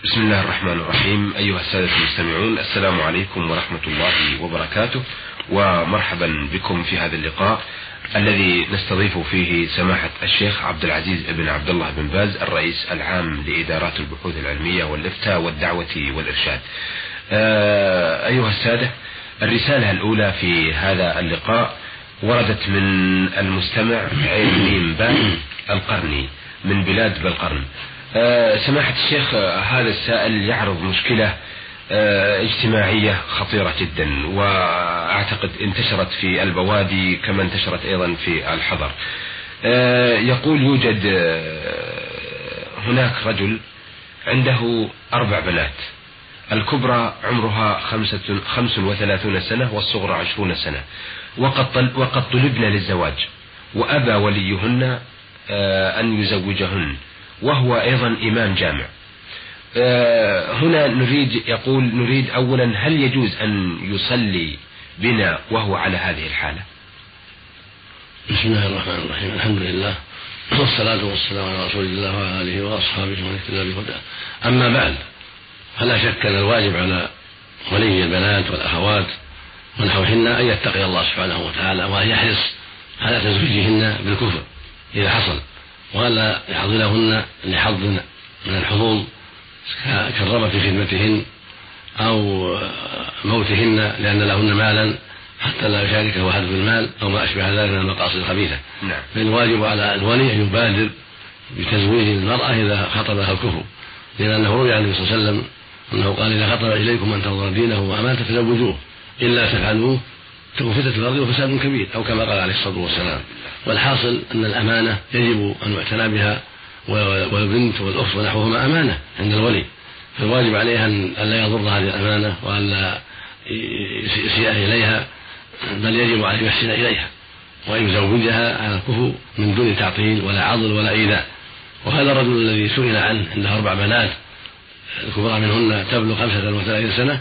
بسم الله الرحمن الرحيم. أيها السادة المستمعون، السلام عليكم ورحمة الله وبركاته، ومرحبا بكم في هذا اللقاء الذي نستضيف فيه سماحة الشيخ عبد العزيز بن عبد الله بن باز، الرئيس العام لإدارات البحوث العلمية والإفتاء والدعوة والإرشاد. أيها السادة، الرسالة الأولى في هذا اللقاء وردت من المستمع عين ميم باء القرني من بلاد بالقرن. سماحة الشيخ، هذا السائل يعرض مشكلة اجتماعية خطيرة جدا، وأعتقد انتشرت في البوادي كما انتشرت أيضا في الحضر. يقول يوجد هناك رجل عنده 4 بنات، الكبرى عمرها 35 سنة والصغرى 20 سنة، وقد طلبن للزواج، وأبى وليهن أن يزوجهن، وهو أيضا إمام جامع. هنا نريد أولا، هل يجوز أن يصلي بنا وهو على هذه الحالة؟ بسم الله الرحمن الرحيم، الحمد لله والصلاة والسلام على رسول الله وعلى آله وأصحابه ومن اهتدى بهداه. أما بعد، فلا شك أن الواجب على ولي البنات والأخوات ونحوهن أن يتقي الله سبحانه وتعالى، وأن يحرص على تزويجهن بالكفر إذا حصل، ولا يحضنهن لحظ من الحظوظ كالرغبة في خدمتهن أو موتهن لأن لهن مالا حتى لا يشاركه أحد في المال أو ما أشبه ذلك من المقاصد الخبيثة. فالواجب على الولي أن يبادر بتزويج المرأة إذا خطبها الكفر، لأنه روي عن النبي صلى الله عليه وسلم أنه قال: إذا خطب إليكم من ترضون دينه وأمانته فزوجوه، إلا تفعلوه تكون فتنة في الأرض وفساد كبير، أو كما قال عليه الصلاة والسلام. والحاصل أن الأمانة يجب أن يعتنى بها، والبنت والأخت ونحوهما أمانة عند الولي، فالواجب عليها أن لا يضر هذه الأمانة وأن لا يسيء إليها، بل يجب عليه يحسن إليها وأن يزوجها على الكفو من دون تعطيل ولا عضل ولا إيذاء. وهذا الرجل الذي سئل عنه عنده 4 بنات، الكبرى منهن تبلغ 35 سنة،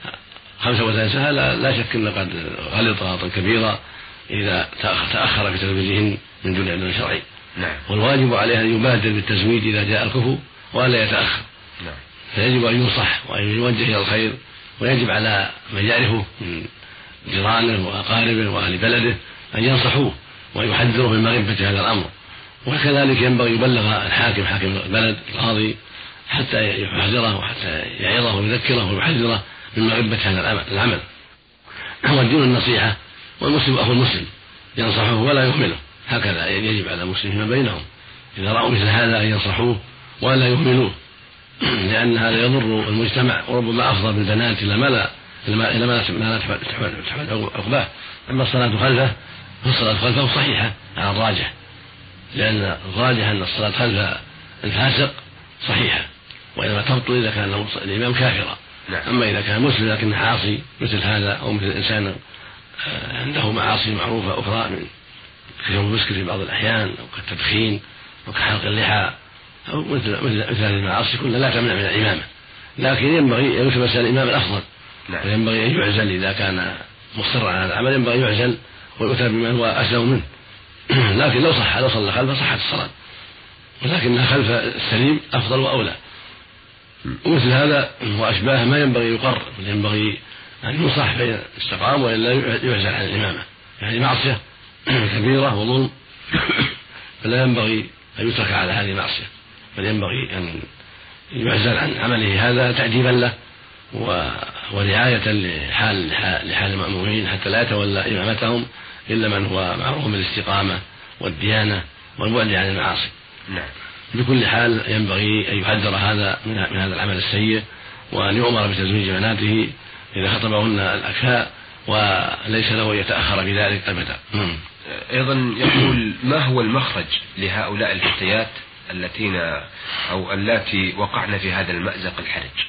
35 سنة لا شك أن قد غلط غلطا كبيرا إذا تأخر في تزويجهن من دون إذن شرعي. والواجب عليه أن يبادر بالتزويج إذا جاء الكفو ولا يتأخر. فيجب أن ينصح وأن يوجه إلى الخير، ويجب على من يعرفه من جيرانه وأقاربه وأهل بلده أن ينصحوه ويحذروه من مغبة هذا الأمر. وكذلك ينبغي يبلغ الحاكم، حاكم البلد القاضي، حتى يحذره وحتى يعظه ويذكره ويحذره من مغبة هذا العمل. والدين النصيحة، والمسلم أخو المسلم، ينصحه ولا يهمله، هكذا يجب على المسلمين فيما بينهم إذا رأوا مثل هذا أن ينصحوه ولا يهملوه، لأن هذا يضر المجتمع، وربما أفضى بالبنات إلى ما لا تحمل عقباه. أما الصلاة خلفه فالصلاة خلفه صحيحة على الراجح، لأن الراجح أن الصلاة خلف الفاسق صحيحة، وإنما تبطل إذا كان الإمام كافرا. أما إذا كان مسلم لكنه عاصي مثل هذا، أو مثل إنسان عنده معاصي معروفة أخرى من كشرب المسكر في بعض الأحيان، أو كالتدخين، أو كحلق اللحى، أو مثل هذه المعاصي كلها لا تمنع من الإمامة، لكن ينبغي أن يلتمس الإمام الأفضل، وينبغي أن يعزل إذا كان مصرا على العمل، ينبغي أن يعزل ويؤتى بمن هو أسلم منه. لكن لو صلى خلفه صحت الصلاة، ولكنها خلف السليم أفضل وأولى. ومثل هذا وأشباهه ما ينبغي يقر، بل ينبغي أن ينصح بين استقام وإلا يعزل عن الإمامة، يعني معصية كبيرة وظلم، فلا ينبغي أن يترك على هذه المعصية، بل ينبغي أن يعزل عن عمله هذا تأديبا له ورعاية لحال المأمومين، حتى لا يتولى إمامتهم إلا من هو معروف بالاستقامة والديانة والبعد عن المعاصي. بكل حال ينبغي أن يحذر هذا من هذا العمل السيء، وأن يؤمر بتزويج بناته إذا خطبهن الأكفاء، وليس له أن يتأخر في ذلك أبدا. أيضا يقول: ما هو المخرج لهؤلاء الفتيات اللاتي وقعن في هذا المأزق الحرج؟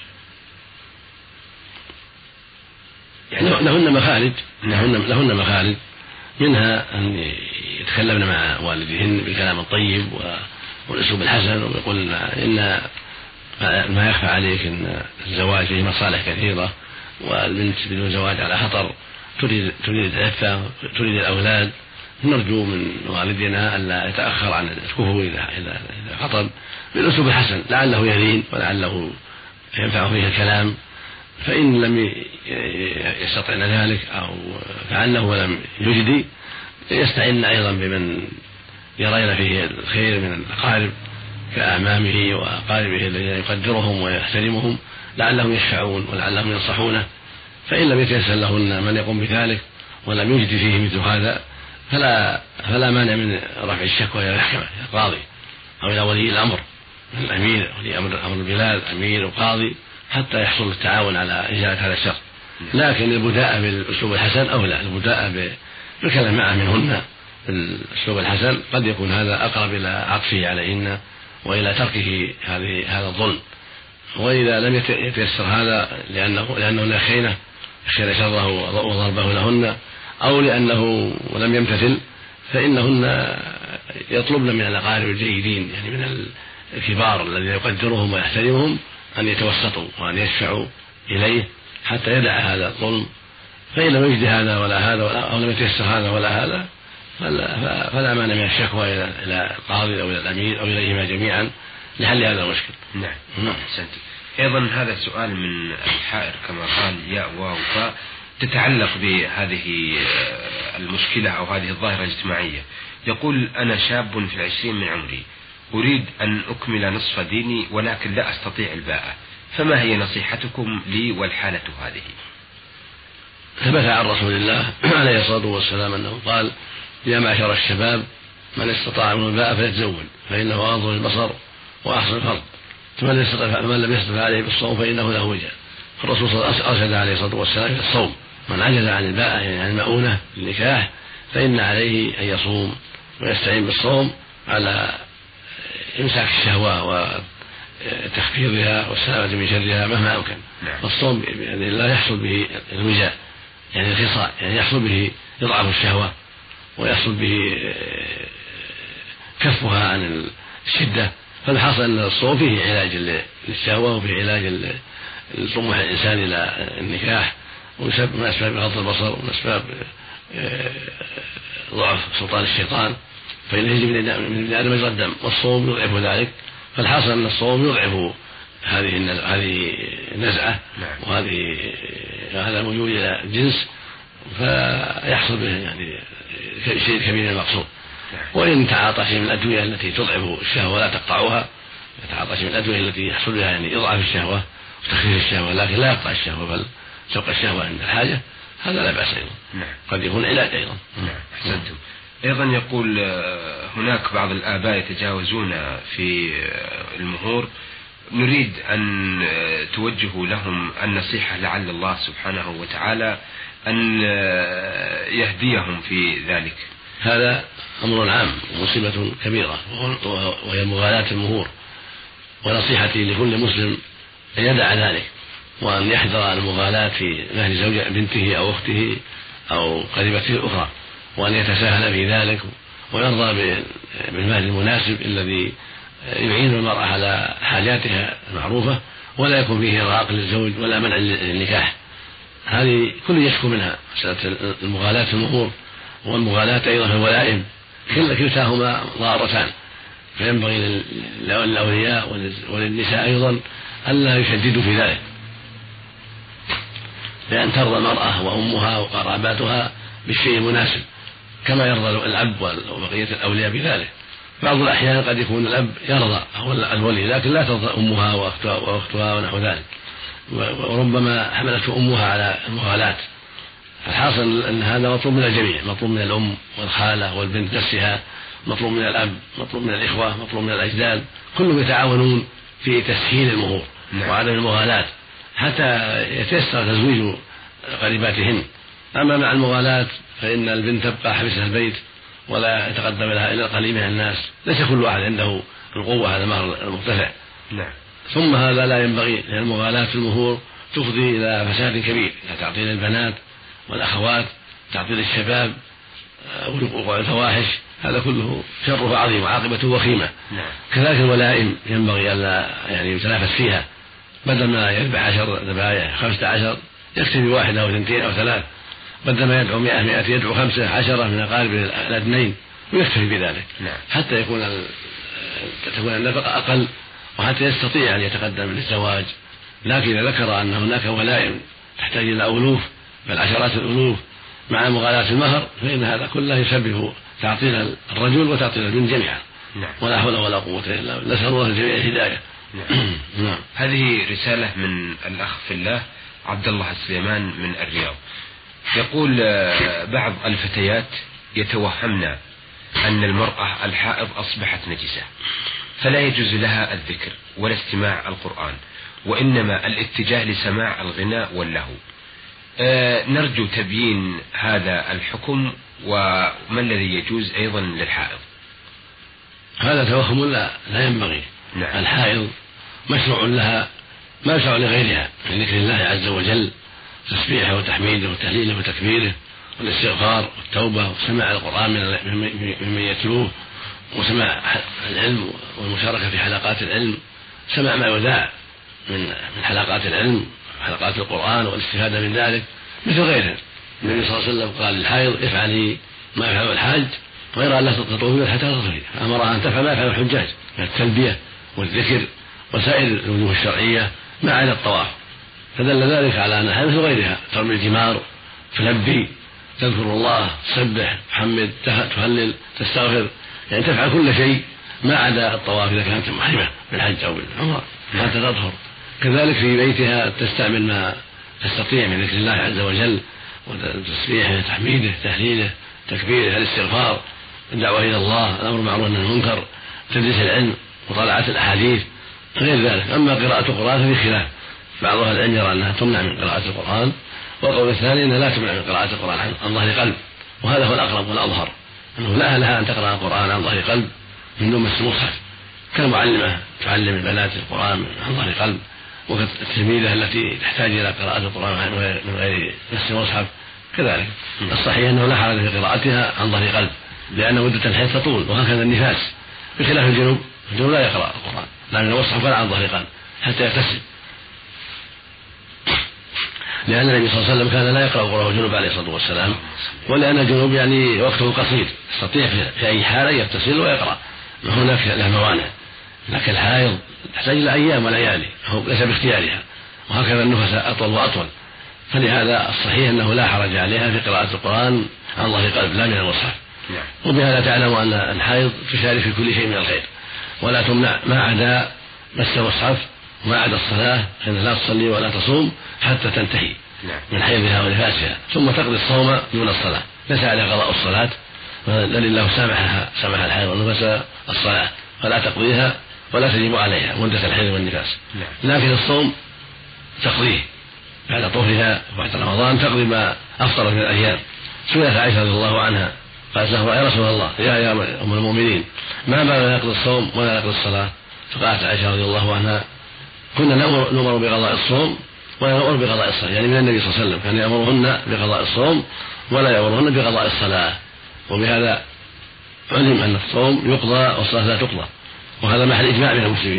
يعني لهن مخارج، منها أن يتكلمن مع والدهن بالكلام الطيب والأسلوب الحسن، ويقول إن ما يخفى عليك أن الزواج فيه مصالح كثيرة، والبنت بدون زواج على خطر، تريد العفة، تريد الأولاد، نرجو من والدنا ألا يتأخر عن الكفو إذا خطب بالأسلوب الحسن، لعله يلين ولعله ينفع فيه الكلام، فإن لم يستطعن ذلك أو فعله ولم يجدي يستعين أيضا بمن يرين فيه الخير من الأقارب كأعمامه وأقاربه الذين يقدرهم ويحترمهم لعلهم يشفعون ولعلهم ينصحونه. فإن لم يتيسر لهن من يقوم بذلك ولم يجد فيه مثل هذا فلا مانع من رفع الشكوى إلى المحكمة إلى القاضي أو إلى ولي الأمر من الأمير ولي أمر البلاد أمير وقاضي حتى يحصل التعاون على إزالة هذا الشر. لكن البداء بالأسلوب الحسن أو لا، البداء بالكلام معه منهن بالأسلوب الحسن قد يكون هذا أقرب إلى عطفه عليهن وإلى تركه هذا الظلم. وإذا لم يتيسر هذا لأنه يخشين شره وضربه لهن أو لأنه لم يمتثل فإنهن يطلبن من الأقارب الجيدين يعني من الكبار الذين يقدرهم ويحترمهم أن يتوسطوا وأن يشفعوا إليه حتى يدع هذا الظلم. فإن لم يجد هذا ولا هذا أو لم يتيسر هذا ولا هذا فلا مانع من الشكوى إلى القاضي أو إلى الأمير أو إليهما جميعا لحل هذا المشكل. نعم. أحسنت. أيضا هذا السؤال من الحائر كما قال ياء واو فاء تتعلق بهذه المشكلة أو هذه الظاهرة الاجتماعية. يقول: أنا شاب في 20 من عمري، أريد أن أكمل نصف ديني ولكن لا أستطيع الباءة، فما هي نصيحتكم لي والحالة هذه؟ ثبت عن رسول الله عليه الصلاة والسلام أنه قال: يا معشر الشباب من استطاع منكم الباءة فليتزوج فإنه أغض للبصر وأحسن الفرج، فمن لم يستطع عليه بالصوم فإنه له وجاء. فالرسول صلى الله عليه وسلم أرشد عليه الصلاة والسلام إلى الصوم. من عجز عن الباءة يعني عن المؤونة للنكاح فإن عليه أن يصوم ويستعين بالصوم على إمساك الشهوة وتخفيضها والسلامة من شرها مهما أمكن. فالصوم بإذن الله يحصل به الوجاء يعني الخصاء، يعني يحصل به إضعاف الشهوة ويحصل به كفها عن الشدة. فالحاصل أن الصوم فيه علاج للشهوة وفيه علاج لطموح الإنسان إلى النكاح من أسباب غض البصر ومن أسباب ضعف سلطان الشيطان، فإنه يجب من ابن آدم مجرى الدم والصوم يضعف ذلك. فالحاصل أن الصوم يضعف هذه النزعة وهذا الميول إلى الجنس، فيحصل به يعني شيء كبير من المقصود. وإن تعاطى شيء من الأدوية التي تضعف الشهوة ولا تقطعها، يتعاطى شيء من الأدوية التي يحصل بها يعني إضعاف الشهوة وتخفيف الشهوة لكن لا يقطع الشهوة بل تبقى الشهوة عند الحاجة، هذا لا بأس أيضا. قد يكون علاج أيضا. أحسنتم. أيضا يقول: هناك بعض الآباء يتجاوزون في المهور، نريد أن توجهوا لهم النصيحة لعل الله سبحانه وتعالى أن يهديهم في ذلك. هذا أمر عام ومصيبة كبيرة وهي مغالاة المهور، ونصيحتي لكل مسلم أن يدع ذلك وأن يحذر المغالاة في مهر زوجة بنته أو أخته أو قريبته الأخرى، وأن يتساهل في ذلك ويرضى بالمهر المناسب الذي يعين المرأة على حاجاتها المعروفة ولا يكون فيه إرهاق للزوج ولا منع للنكاح. هذه كل يشكو منها مسألة المغالاة في المهور والمغالاة أيضا في الولائم، كلتاهما ضارتان، فينبغي للأولياء وللنساء أيضا ألا يشددوا في ذلك، بأن ترضى المرأة وأمها وقراباتها بالشيء المناسب كما يرضى الأب وبقية الأولياء بذلك. بعض الأحيان قد يكون الأب يرضى أو الولي لكن لا ترضى أمها وأختها ونحو ذلك، وربما حملته أمها على المغالاة. فالحاصل أن هذا مطلوب من الجميع، مطلوب من الأم والخالة والبنت نفسها، مطلوب من الأب، مطلوب من الإخوة، مطلوب من الأجداد، كلهم يتعاونون في تسهيل المهور وعدم المغالاة حتى يتيسر تزويج قريباتهن. أما مع المغالاة فإن البنت تبقى حبسها البيت ولا يتقدم لها إلا القليل من الناس، ليس كل واحد عنده القوة على المهر المرتفع. ثم هذا لا ينبغي، لأن المغالاة في المهور تفضي إلى فساد كبير، إلى تعطيل البنات والأخوات، تعطيل الشباب، وقوع الفواحش، هذا كله شره عظيم وعاقبته وخيمة. كذلك الولائم ينبغي ألا يعني يتنافس فيها، بدل ما يذبح 10 ذبائح 15 يكتفي بواحدة أو 2 أو 3، بدل ما يدعو 100 يدعو 15 من أقارب الأدنين ويكتفي بذلك حتى تكون النفقة أقل، وحتى يستطيع أن يتقدم للزواج لكن إذا ذكر أن هناك ولائم تحتاج إلى ألوف بل عشرات الألوف مع مغالاة المهر فإن هذا كله يسبب تعطيل الرجل وتعطيل البنت جميعا. نعم. ولا حول ولا قوة إلا بالله، نسأل الله الجميع الهداية. نعم. هذه رسالة من الأخ في الله عبد الله السليمان من الرياض، يقول بعض الفتيات يتوهمن أن المرأة الحائض أصبحت نجسة فلا يجوز لها الذكر ولا استماع القرآن وإنما الاتجاه لسماع الغناء واللهو. نرجو تبيين هذا الحكم وما الذي يجوز أيضا للحائض. هذا توهم لا ينبغي. نعم. الحائض مشروع لها ما يشرع لغيرها من ذكر الله عز وجل، تسبيحه وتحميده وتهليله وتكبيره والاستغفار والتوبة وسماع القرآن ممن يتلوه وسماع العلم والمشاركة في حلقات العلم، سماع ما يذاع من حلقات العلم حلقات القرآن والاستفادة من ذلك مثل غيره. النبي صلى الله عليه وسلم قال للحائض افعلي ما يفعل الحاج غير أن لا تطوفي حتى تطهري، فأمرها أن تفعل ما يفعل الحجاج من التلبية والذكر وسائر الوجوه الشرعية ما عدا الطواف، فدل ذلك على أنها مثل غيرها ترمي الجمار تلبي تذكر الله تسبح تحمد تهلل تستغفر، يعني تفعل كل شيء ما عدا الطواف إذا كانت محرمة بالحج أو بالعمرة حتى تطهر. كذلك في بيتها تستعمل ما تستطيع من ذكر الله عز وجل وتسبيحه تحميده تهليله تكبيره الاستغفار الدعوة إلى الله الأمر بالمعروف والنهي عن المنكر تدريس العلم مطالعة الأحاديث غير ذلك. أما قراءة القرآن ففي خلاف، بعض أهل العلم يرى أنها تمنع من قراءة القرآن، والقول الثاني أنها لا تمنع من قراءة القرآن عن ظهر قلب، وهذا هو الأقرب والأظهر أنه لا لها أن تقرأ القرآن عن ظهر قلب من دون مس المصحف كالمعلمة تعلم البنات القرآن عن ظهر قلب، والتلميذة التي تحتاج إلى قراءة القرآن من غير مس المصحف كذلك. الصحيح أنه لا حرج في قراءتها عن ظهر قلب لأن مدة الحيض تطول، وهكذا النفاس بخلاف الجنوب لا يقرأ القرآن لا من المصحف ولا عن ظهر قلب حتى يغتسل، لأن النبي صلى الله عليه وسلم كان لا يقرأ القرآن الجنوب عليه الصلاة والسلام، ولأن الجنوب يعني وقته قصير يستطيع في أي حالة يغتسل ويقرأ هناك له موانع، لكن الحائض تحتاج إلى أيام وليالي ليس باختيارها، وهكذا النفساء أطول وأطول، فلهذا الصحيح أنه لا حرج عليها في قراءة القرآن عن ظهر قلب لا من المصحف. وبهذا تعلم أن الحائض تشارك في كل شيء من الخير ولا تمنع ما عدا مس المصحف وما عدا الصلاة، فإنها لا تصلي ولا تصوم حتى تنتهي من حيضها ونفاسها ثم تقضي الصوم دون الصلاة، ليس عليها قضاء الصلاة بل الله سامح الحائض والنفاس الصلاة فلا تقضيها ولا تجب عليها مدة الحيض والنفاس، لكن الصوم تقضيه بعد طهرها وبعد رمضان تقضي ما أفطر من الأيام. سئلت عائشة رضي الله عنها قالت له يا رسول الله يا أم المؤمنين ما بال يقضي الصوم ولا يقضي الصلاة؟ فقالت عائشة رضي الله عنها كنا نؤمر بقضاء الصوم ولا نؤمر بقضاء الصلاة، يعني من النبي صلى الله عليه وسلم كان يأمرهن بقضاء الصوم ولا يأمرهن بقضاء الصلاة، وبهذا علم أن الصوم يقضى والصلاة لا تقضى، وهذا محل إجماع من المسلمين.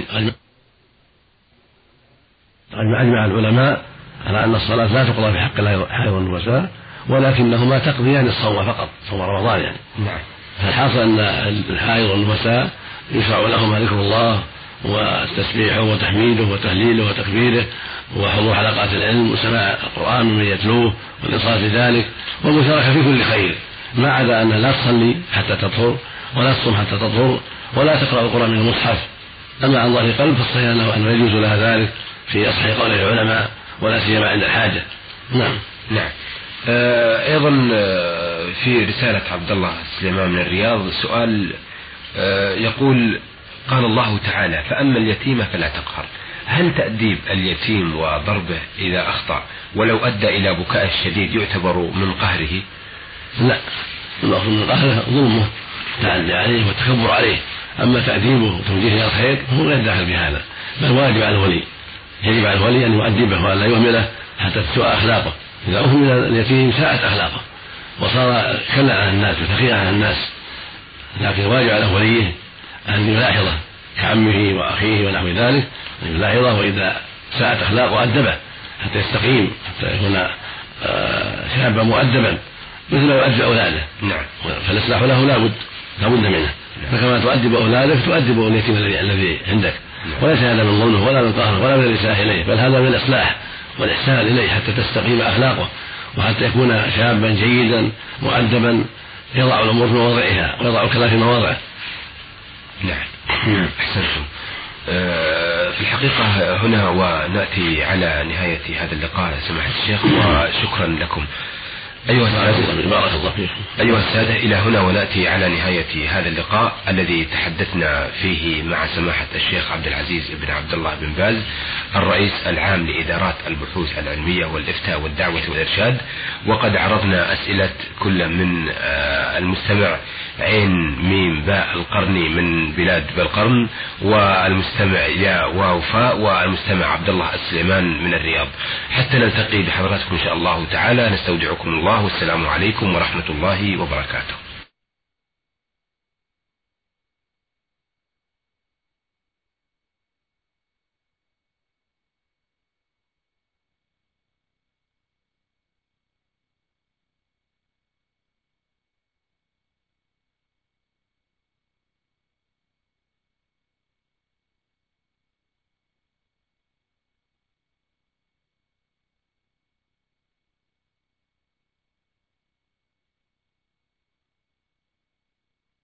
أجمع العلماء على أن الصلاة لا تقضى في حق الحائض والنفساء ولكنهما تقضيان الصوم فقط صوم رمضان يعني. فالحاصل أن الحائض والنفساء يشرع لهما ذكر الله والتسبيح وتحميده وتهليله وتكبيره وحضور حلقات العلم وسماع القرآن ممن يتلوه والإنصات لذلك والمشاركة في كل خير، ما عدا أن لا تصلي حتى تطهر ولا تصوم حتى تطهر ولا تقرأ القرآن من المصحف. أما عن ظهر قلب فالصحيح أنه يجوز لها ذلك في أصح قول العلماء ولا سيما عند الحاجة. نعم. أيضا في رسالة عبد الله سليمان من الرياض سؤال يقول قال الله تعالى فأما اليتيم فلا تقهر، هل تأديب اليتيم وضربه إذا أخطأ ولو أدى إلى بكاء الشديد يعتبر من قهره؟ لا، المقصود من قهره ظلمه التعدي عليه والتكبر عليه، أما تأديبه وتوجيهه إلى الخير هو غير داخل بهذا، بل واجب على الولي، يجب على الولي أن يؤدبه وأن لا يهمله حتى تسوء أخلاقه، إذا أهمل اليتيم ساءت أخلاقه وصار كلا على الناس وثقيلا على الناس، لكن واجب على وليه أن يلاحظه كعمه وأخيه ونحو ذلك، أن يلاحظه وإذا ساءت أخلاقه أدبه حتى يستقيم حتى يكون شابا مؤدبا مثل ما يؤدب أولاده. فالإصلاح له لا بد منه، فكما تؤدب أولادك تؤدب اليتيم الذي عندك وليس هذا من ظلمه ولا من قهره ولا من الإساءة إليه، بل هذا من الإصلاح والإحسان إليه حتى تستقيم أخلاقه وحتى يكون شابا جيدا مؤدبا يضع الأمور في مواضعها ويضع الكلام في مواضعه. نعم أحسنتم. في الحقيقة هنا ونأتي على نهاية هذا اللقاء سماحة الشيخ، وشكرا لكم أيها السادة. بارك الله فيكم. أيها السادة، إلى هنا ونأتي على نهاية هذا اللقاء الذي تحدثنا فيه مع سماحة الشيخ عبد العزيز بن عبد الله بن باز الرئيس العام لإدارات البحوث العلمية والإفتاء والدعوة والإرشاد. وقد عرضنا أسئلة كل من المستمع عين ميم باء القرني من بلاد بالقرن، والمستمع يا ووفاء، والمستمع عبد الله السليمان من الرياض. حتى نلتقي بحضراتكم إن شاء الله تعالى، نستودعكم الله والسلام عليكم ورحمة الله وبركاته.